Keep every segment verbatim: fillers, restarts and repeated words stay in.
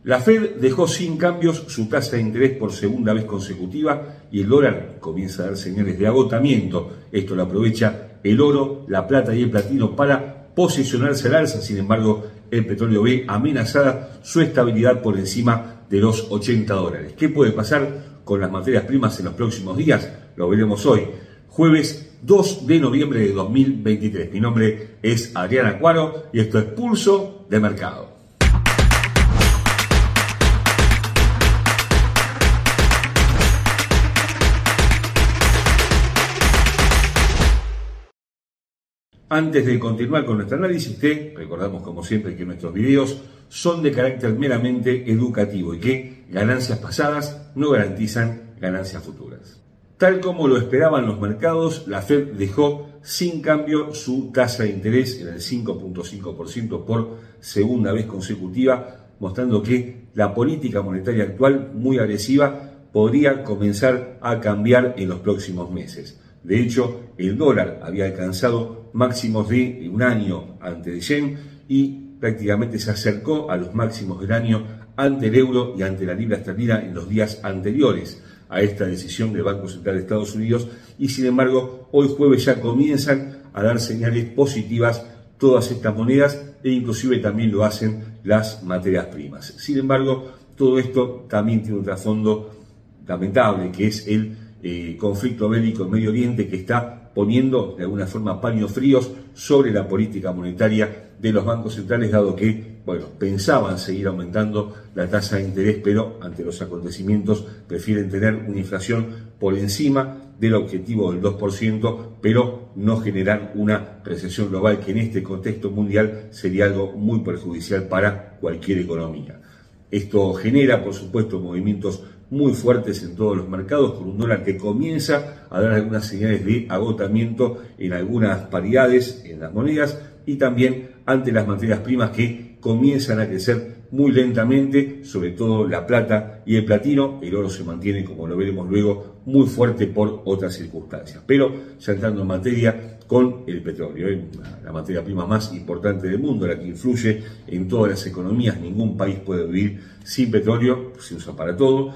La Fed dejó sin cambios su tasa de interés por segunda vez consecutiva y el dólar comienza a dar señales de agotamiento. Esto lo aprovecha el oro, la plata y el platino para posicionarse al alza. Sin embargo, el petróleo ve amenazada su estabilidad por encima de los ochenta dólares. ¿Qué puede pasar con las materias primas en los próximos días? Lo veremos hoy, jueves dos de noviembre de dos mil veintitrés. Mi nombre es Adrián Acuaro y esto es Pulso de Mercado. Antes de continuar con nuestro análisis, te recordamos como siempre que nuestros videos son de carácter meramente educativo y que ganancias pasadas no garantizan ganancias futuras. Tal como lo esperaban los mercados, la Fed dejó sin cambio su tasa de interés en el cinco punto cinco por ciento por segunda vez consecutiva, mostrando que la política monetaria actual, muy agresiva, podría comenzar a cambiar en los próximos meses. De hecho, el dólar había alcanzado máximos de un año antes de yen y prácticamente se acercó a los máximos del año ante el euro y ante la libra esterlina en los días anteriores a esta decisión del Banco Central de Estados Unidos, y sin embargo hoy jueves ya comienzan a dar señales positivas todas estas monedas e inclusive también lo hacen las materias primas. Sin embargo, todo esto también tiene un trasfondo lamentable, que es el eh, conflicto bélico en Medio Oriente, que está poniendo de alguna forma paños fríos sobre la política monetaria de los bancos centrales, dado que, bueno, pensaban seguir aumentando la tasa de interés, pero ante los acontecimientos prefieren tener una inflación por encima del objetivo del dos por ciento, pero no generan una recesión global, que en este contexto mundial sería algo muy perjudicial para cualquier economía. Esto genera, por supuesto, movimientos muy fuertes en todos los mercados, con un dólar que comienza a dar algunas señales de agotamiento en algunas paridades en las monedas y también ante las materias primas que comienzan a crecer muy lentamente, sobre todo la plata y el platino. El oro se mantiene, como lo veremos luego, muy fuerte por otras circunstancias. Pero ya entrando en materia con el petróleo, ¿eh? la materia prima más importante del mundo, la que influye en todas las economías, ningún país puede vivir sin petróleo, se usa para todo.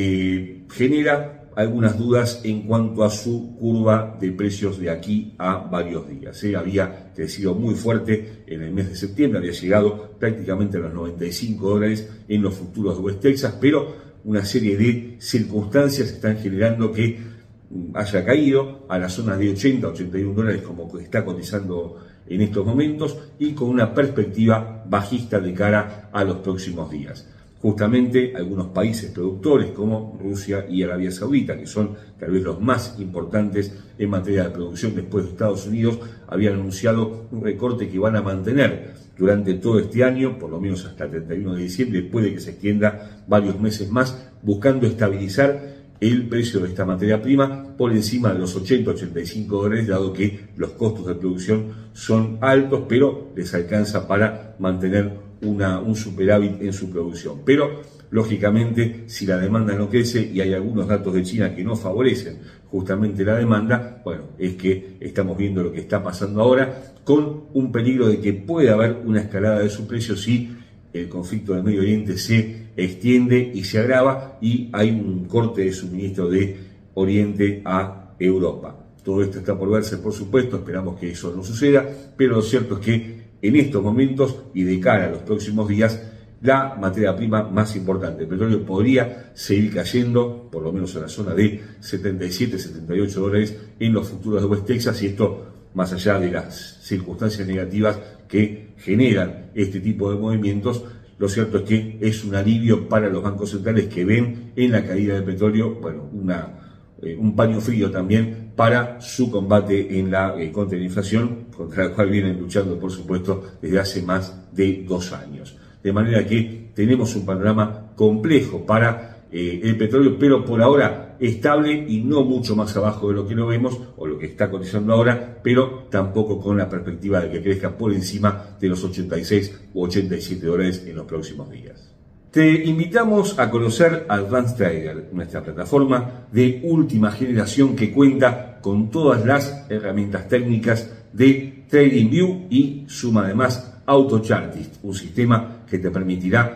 Eh, genera algunas dudas en cuanto a su curva de precios de aquí a varios días. ¿eh? Había crecido muy fuerte en el mes de septiembre, había llegado prácticamente a los noventa y cinco dólares en los futuros de West Texas, pero una serie de circunstancias están generando que haya caído a la zona de ochenta, ochenta y uno dólares como está cotizando en estos momentos, y con una perspectiva bajista de cara a los próximos días. Justamente algunos países productores como Rusia y Arabia Saudita, que son tal vez los más importantes en materia de producción después de Estados Unidos, habían anunciado un recorte que van a mantener durante todo este año, por lo menos hasta el treinta y uno de diciembre, puede que se extienda varios meses más, buscando estabilizar el precio de esta materia prima por encima de los ochenta, ochenta y cinco dólares, dado que los costos de producción son altos, pero les alcanza para mantener Una, un superávit en su producción. Pero, lógicamente, si la demanda no crece y hay algunos datos de China que no favorecen justamente la demanda, bueno, es que estamos viendo lo que está pasando ahora, con un peligro de que pueda haber una escalada de su precio si el conflicto del Medio Oriente se extiende y se agrava y hay un corte de suministro de Oriente a Europa. Todo esto está por verse, por supuesto, esperamos que eso no suceda, pero lo cierto es que en estos momentos y de cara a los próximos días, la materia prima más importante, el petróleo, podría seguir cayendo, por lo menos en la zona de setenta y siete, setenta y ocho dólares en los futuros de West Texas, y esto más allá de las circunstancias negativas que generan este tipo de movimientos. Lo cierto es que es un alivio para los bancos centrales, que ven en la caída del petróleo, bueno, una, eh, un paño frío también para su combate en la, eh, contra la inflación, contra la cual vienen luchando, por supuesto, desde hace más de dos años. De manera que tenemos un panorama complejo para eh, el petróleo, pero por ahora estable y no mucho más abajo de lo que lo vemos o lo que está cotizando ahora, pero tampoco con la perspectiva de que crezca por encima de los ochenta y seis u ochenta y siete dólares en los próximos días. Te invitamos a conocer Advanced Trader, nuestra plataforma de última generación que cuenta con todas las herramientas técnicas de TradingView y suma además AutoChartist, un sistema que te permitirá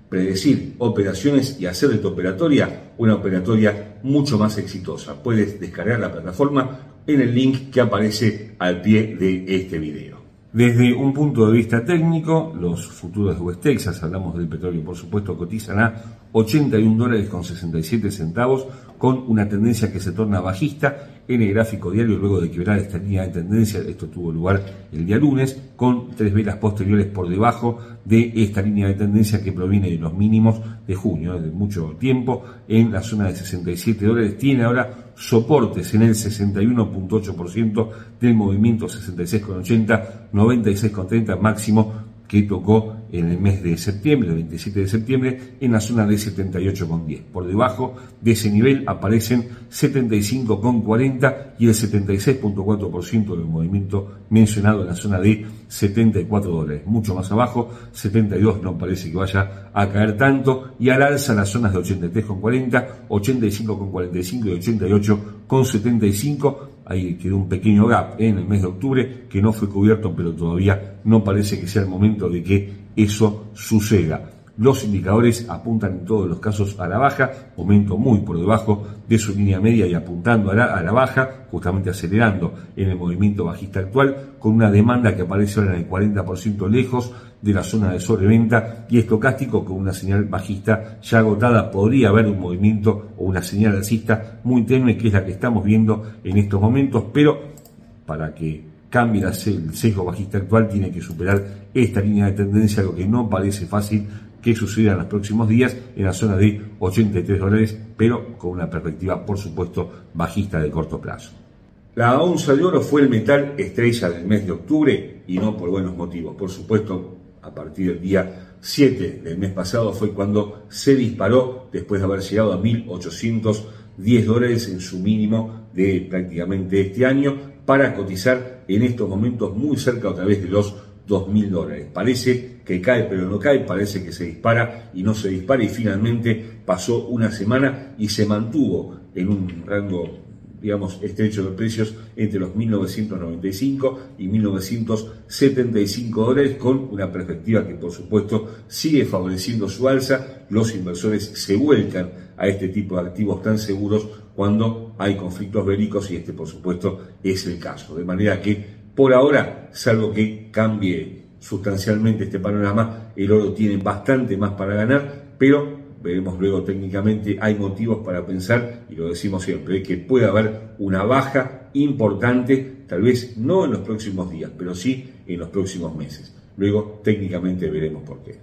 predecir operaciones y hacer de tu operatoria una operatoria mucho más exitosa. Puedes descargar la plataforma en el link que aparece al pie de este video. Desde un punto de vista técnico, los futuros de West Texas, hablamos del petróleo por supuesto, cotizan a ochenta y un dólares con sesenta y siete centavos, con una tendencia que se torna bajista en el gráfico diario luego de quebrar esta línea de tendencia. Esto tuvo lugar el día lunes, con tres velas posteriores por debajo de esta línea de tendencia que proviene de los mínimos de junio, de mucho tiempo, en la zona de sesenta y siete dólares. Tiene ahora soportes en el sesenta y uno punto ocho por ciento del movimiento, sesenta y seis con ochenta, noventa y seis con treinta máximo que tocó en el mes de septiembre, el veintisiete de septiembre, en la zona de setenta y ocho con diez. Por debajo de ese nivel aparecen setenta y cinco con cuarenta y el setenta y seis punto cuatro por ciento del movimiento mencionado en la zona de setenta y cuatro dólares. Mucho más abajo, setenta y dos no parece que vaya a caer tanto, y al alza las zonas de ochenta y tres con cuarenta, ochenta y cinco con cuarenta y cinco y ochenta y ocho con setenta y cinco. Ahí quedó un pequeño gap en el mes de octubre que no fue cubierto, pero todavía no parece que sea el momento de que eso suceda. Los indicadores apuntan en todos los casos a la baja, momento muy por debajo de su línea media y apuntando a la, a la baja, justamente acelerando en el movimiento bajista actual, con una demanda que aparece ahora en el cuarenta por ciento lejos de la zona de sobreventa, y estocástico con una señal bajista ya agotada. Podría haber un movimiento o una señal alcista muy tenue, que es la que estamos viendo en estos momentos, pero para que cambie el sesgo bajista actual tiene que superar esta línea de tendencia, lo que no parece fácil que suceda en los próximos días, en la zona de ochenta y tres dólares, pero con una perspectiva por supuesto bajista de corto plazo. La onza de oro fue el metal estrella del mes de octubre, y no por buenos motivos. Por supuesto, a partir del día siete del mes pasado fue cuando se disparó, después de haber llegado a mil ochocientos diez dólares en su mínimo de prácticamente este año, para cotizar en estos momentos muy cerca otra vez de los dos mil dólares. Parece que cae pero no cae, parece que se dispara y no se dispara, y finalmente pasó una semana y se mantuvo en un rango, digamos, estrecho de precios entre los mil novecientos noventa y cinco y mil novecientos setenta y cinco dólares, con una perspectiva que por supuesto sigue favoreciendo su alza. Los inversores se vuelcan a este tipo de activos tan seguros cuando hay conflictos bélicos, y este por supuesto es el caso. De manera que por ahora, salvo que cambie sustancialmente este panorama, el oro tiene bastante más para ganar, pero veremos luego técnicamente. Hay motivos para pensar, y lo decimos siempre, que puede haber una baja importante, tal vez no en los próximos días, pero sí en los próximos meses. Luego técnicamente veremos por qué.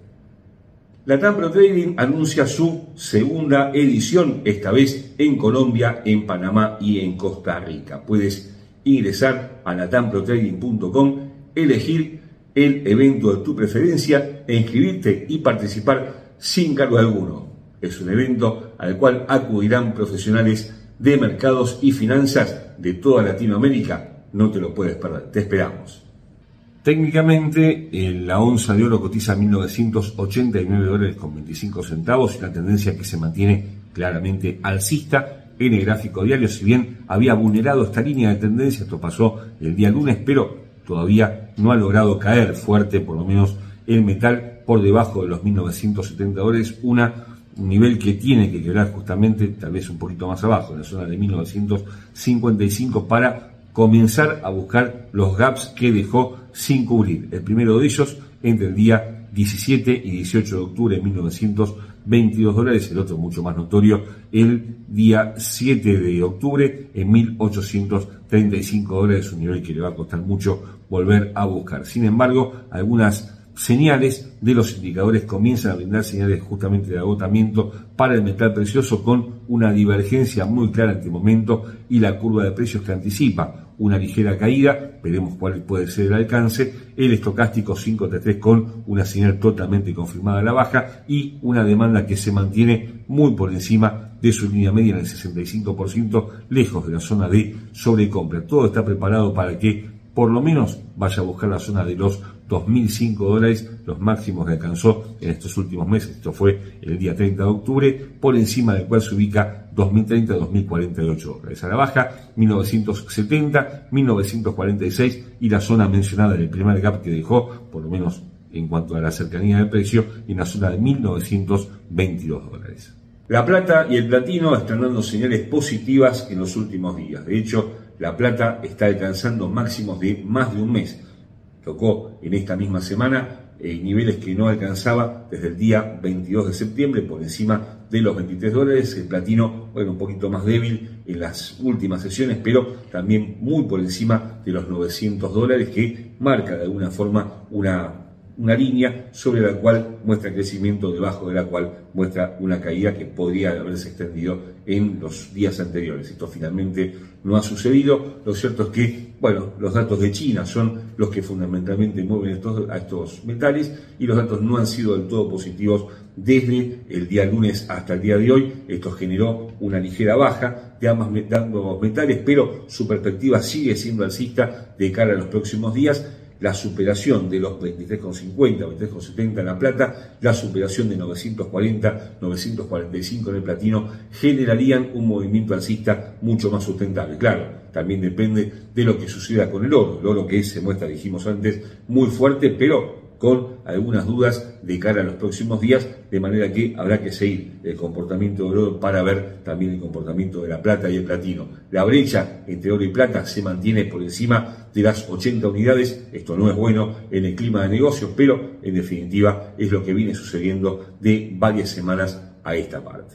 Latam Pro Trading anuncia su segunda edición, esta vez en Colombia, en Panamá y en Costa Rica. Puedes ingresar a latam pro trading punto com, elegir el evento de tu preferencia e inscribirte y participar sin cargo alguno. Es un evento al cual acudirán profesionales de mercados y finanzas de toda Latinoamérica. No te lo puedes perder. Te esperamos. Técnicamente, la onza de oro cotiza a mil novecientos ochenta y nueve dólares con veinticinco centavos, y una tendencia que se mantiene claramente alcista en el gráfico diario. Si bien había vulnerado esta línea de tendencia, esto pasó el día lunes, pero todavía no ha logrado caer fuerte, por lo menos el metal, por debajo de los mil novecientos setenta dólares, una, un nivel que tiene que quebrar justamente, tal vez un poquito más abajo, en la zona de mil novecientos cincuenta y cinco, para comenzar a buscar los gaps que dejó sin cubrir. El primero de ellos entre el día diecisiete y dieciocho de octubre de mil novecientos veintidós dólares, el otro mucho más notorio el día siete de octubre en mil ochocientos treinta y cinco dólares, un nivel que le va a costar mucho volver a buscar. Sin embargo, algunas señales de los indicadores comienzan a brindar señales justamente de agotamiento para el metal precioso, con una divergencia muy clara entre el momento y la curva de precios que anticipa una ligera caída. Veremos cuál puede ser el alcance. El estocástico quinientos treinta y tres con una señal totalmente confirmada a la baja, y una demanda que se mantiene muy por encima de su línea media en el sesenta y cinco por ciento, lejos de la zona de sobrecompra. Todo está preparado para que por lo menos vaya a buscar la zona de los dos mil cinco dólares, los máximos que alcanzó en estos últimos meses. Esto fue el día treinta de octubre, por encima del cual se ubica dos mil treinta a dos mil cuarenta y ocho dólares. A la baja, mil novecientos setenta, mil novecientos cuarenta y seis, y la zona mencionada en el primer gap que dejó, por lo menos en cuanto a la cercanía del precio en la zona de mil novecientos veintidós dólares. La plata y el platino están dando señales positivas en los últimos días. De hecho, la plata está alcanzando máximos de más de un mes. Tocó en esta misma semana eh, niveles que no alcanzaba desde el día veintidós de septiembre, por encima de los veintitrés dólares. El platino, bueno, un poquito más débil en las últimas sesiones, pero también muy por encima de los novecientos dólares, que marca de alguna forma una... una línea sobre la cual muestra crecimiento, debajo de la cual muestra una caída que podría haberse extendido en los días anteriores. Esto finalmente no ha sucedido. Lo cierto es que, bueno, los datos de China son los que fundamentalmente mueven estos, a estos metales, y los datos no han sido del todo positivos desde el día lunes hasta el día de hoy. Esto generó una ligera baja de ambos metales, pero su perspectiva sigue siendo alcista de cara a los próximos días. La superación de los veintitrés con cincuenta, veintitrés con setenta en la plata, la superación de novecientos cuarenta, novecientos cuarenta y cinco en el platino, generarían un movimiento alcista mucho más sustentable. Claro, también depende de lo que suceda con el oro. El oro que se muestra, dijimos antes, muy fuerte, pero con algunas dudas de cara a los próximos días, de manera que habrá que seguir el comportamiento del oro para ver también el comportamiento de la plata y el platino. La brecha entre oro y plata se mantiene por encima de las ochenta unidades. Esto no es bueno en el clima de negocios, pero en definitiva es lo que viene sucediendo de varias semanas a esta parte.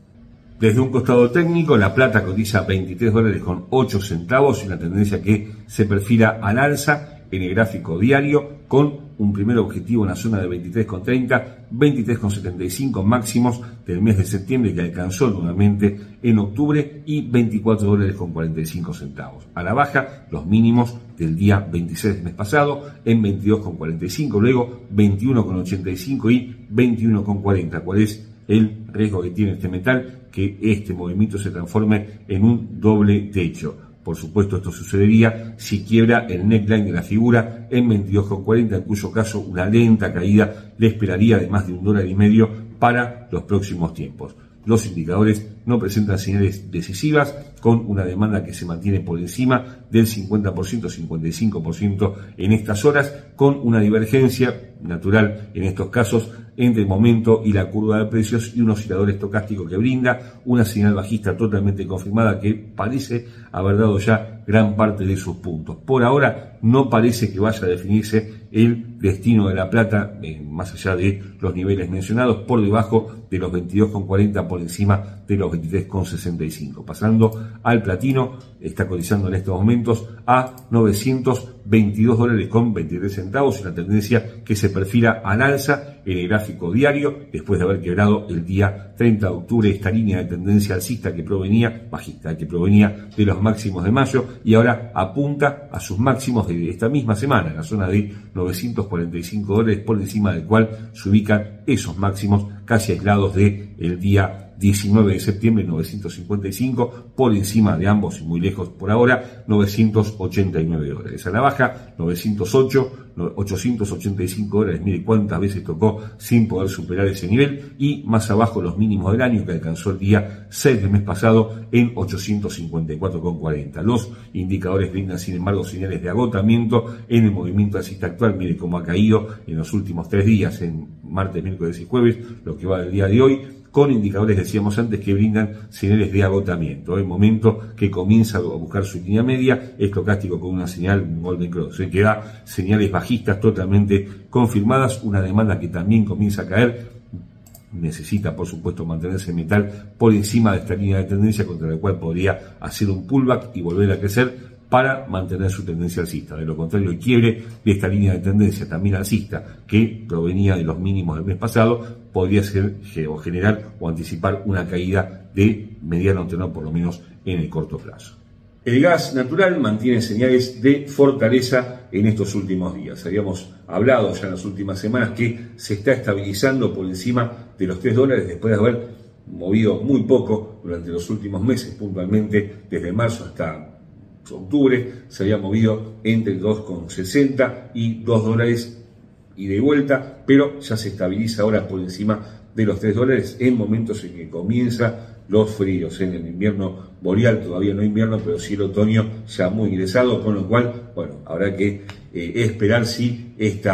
Desde un costado técnico, la plata cotiza veintitrés dólares con ocho centavos, y una tendencia que se perfila al alza en el gráfico diario, con un primer objetivo en la zona de veintitrés con treinta, veintitrés con setenta y cinco máximos del mes de septiembre, que alcanzó nuevamente en octubre, y veinticuatro dólares con cuarenta y cinco centavos. A la baja, los mínimos del día veintiséis del mes pasado en veintidós con cuarenta y cinco, luego veintiuno con ochenta y cinco y veintiuno con cuarenta. ¿Cuál es el riesgo que tiene este metal? Que este movimiento se transforme en un doble techo. Por supuesto, esto sucedería si quiebra el neckline de la figura en veintidós con cuarenta, en cuyo caso una lenta caída le esperaría de más de un dólar y medio para los próximos tiempos. Los indicadores no presentan señales decisivas, con una demanda que se mantiene por encima del cincuenta por ciento, cincuenta y cinco por ciento en estas horas, con una divergencia natural en estos casos entre el momento y la curva de precios, y un oscilador estocástico que brinda una señal bajista totalmente confirmada, que parece haber dado ya gran parte de sus puntos. Por ahora no parece que vaya a definirse el destino de la plata, eh, más allá de los niveles mencionados, por debajo de los veintidós con cuarenta, por encima de los veintitrés con sesenta y cinco. Pasando al platino, está cotizando en estos momentos a novecientos veintidós dólares con veintitrés centavos, una tendencia que se perfila al alza en el gráfico diario, después de haber quebrado el día treinta de octubre esta línea de tendencia alcista que provenía, bajista, que provenía de los máximos de mayo, y ahora apunta a sus máximos de esta misma semana, en la zona de novecientos cuarenta y cinco dólares, por encima del cual se ubican esos máximos casi aislados del día diecinueve de septiembre, novecientos cincuenta y cinco, por encima de ambos y muy lejos por ahora, novecientos ochenta y nueve dólares. A la baja, novecientos ocho, ochocientos ochenta y cinco dólares, mire cuántas veces tocó sin poder superar ese nivel, y más abajo los mínimos del año, que alcanzó el día seis del mes pasado en ochocientos cincuenta y cuatro con cuarenta. Los indicadores brindan, sin embargo, señales de agotamiento en el movimiento alcista actual. Mire cómo ha caído en los últimos tres días, en martes, miércoles y jueves, lo que va del día de hoy, con indicadores, decíamos antes, que brindan señales de agotamiento. El momento que comienza a buscar su línea media, estocástico con una señal Golden Cross, que da señales bajistas totalmente confirmadas, una demanda que también comienza a caer. Necesita, por supuesto, mantenerse el metal por encima de esta línea de tendencia, contra la cual podría hacer un pullback y volver a crecer para mantener su tendencia alcista. De lo contrario, el quiebre de esta línea de tendencia también alcista, que provenía de los mínimos del mes pasado, podría ser o generar o anticipar una caída de mediano tenor, por lo menos en el corto plazo. El gas natural mantiene señales de fortaleza en estos últimos días. Habíamos hablado ya en las últimas semanas que se está estabilizando por encima de los tres dólares, después de haber movido muy poco durante los últimos meses, puntualmente desde marzo hasta octubre, se había movido entre dos con sesenta y dos dólares y de vuelta, pero ya se estabiliza ahora por encima de los tres dólares en momentos en que comienza los fríos. En el invierno boreal, todavía no invierno, pero sí el otoño ya muy ingresado, con lo cual, bueno, habrá que eh, esperar si esta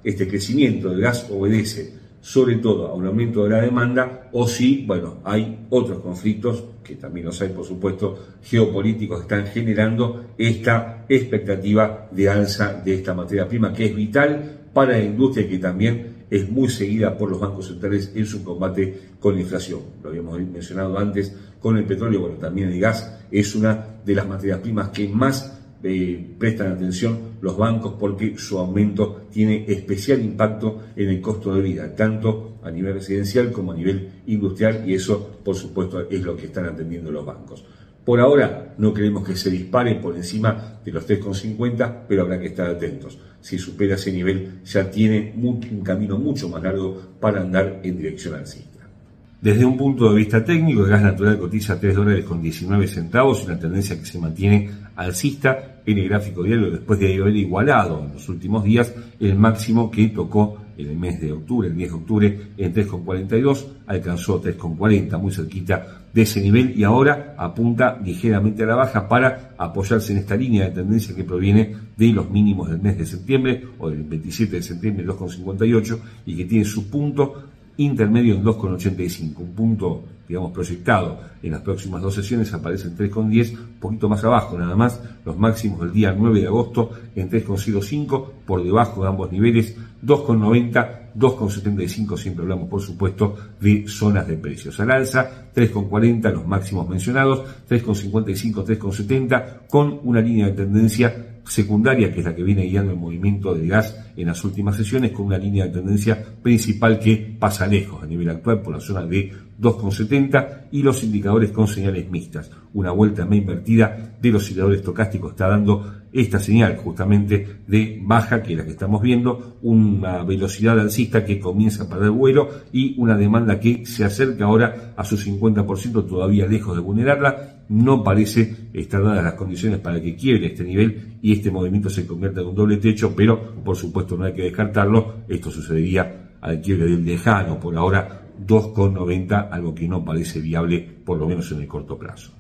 este crecimiento del gas obedece sobre todo a un aumento de la demanda o si, bueno, hay otros conflictos, que también los hay por supuesto, geopolíticos que están generando esta expectativa de alza de esta materia prima que es vital para la industria y que también es muy seguida por los bancos centrales en su combate con la inflación. Lo habíamos mencionado antes con el petróleo, bueno, también el gas es una de las materias primas que más eh, prestan atención los bancos porque su aumento tiene especial impacto en el costo de vida, tanto a nivel residencial como a nivel industrial, y eso, por supuesto, es lo que están atendiendo los bancos. Por ahora no queremos que se dispare por encima de los tres coma cincuenta, pero habrá que estar atentos. Si supera ese nivel, ya tiene un camino mucho más largo para andar en dirección alcista. Desde un punto de vista técnico, el gas natural cotiza tres dólares con diecinueve centavos, una tendencia que se mantiene alcista en el gráfico diario después de haber igualado en los últimos días el máximo que tocó en el mes de octubre, el diez de octubre, en tres coma cuarenta y dos, alcanzó tres coma cuarenta, muy cerquita de ese nivel, y ahora apunta ligeramente a la baja para apoyarse en esta línea de tendencia que proviene de los mínimos del mes de septiembre, o del veintisiete de septiembre, dos coma cincuenta y ocho, y que tiene su punto intermedio en dos coma ochenta y cinco, un punto, digamos, proyectado en las próximas dos sesiones aparece en tres coma diez, un poquito más abajo nada más, los máximos del día nueve de agosto en tres coma cero cinco, por debajo de ambos niveles, dos coma noventa, dos coma setenta y cinco, siempre hablamos por supuesto de zonas de precios. Al alza, tres coma cuarenta los máximos mencionados, tres coma cincuenta y cinco, tres coma setenta, con una línea de tendencia secundaria, que es la que viene guiando el movimiento del gas en las últimas sesiones, con una línea de tendencia principal que pasa lejos a nivel actual por la zona de dos coma setenta, y los indicadores con señales mixtas. Una vuelta más invertida de los osciladores estocásticos está dando esta señal justamente de baja, que es la que estamos viendo, una velocidad alcista que comienza a perder vuelo y una demanda que se acerca ahora a su cincuenta por ciento, todavía lejos de vulnerarla. No parece estar dadas las condiciones para que quiebre este nivel y este movimiento se convierta en un doble techo, pero por supuesto no hay que descartarlo. Esto sucedería al quiebre del lejano, por ahora, dos coma noventa, algo que no parece viable, por lo menos en el corto plazo.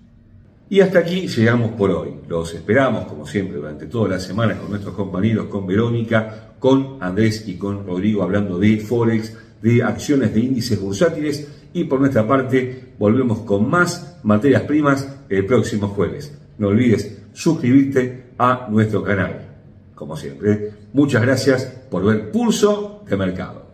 Y hasta aquí llegamos por hoy. Los esperamos, como siempre, durante toda la semana con nuestros compañeros, con Verónica, con Andrés y con Rodrigo, hablando de Forex, de acciones de índices bursátiles, y por nuestra parte volvemos con más materias primas el próximo jueves. No olvides suscribirte a nuestro canal. Como siempre, muchas gracias por ver Pulso de Mercado.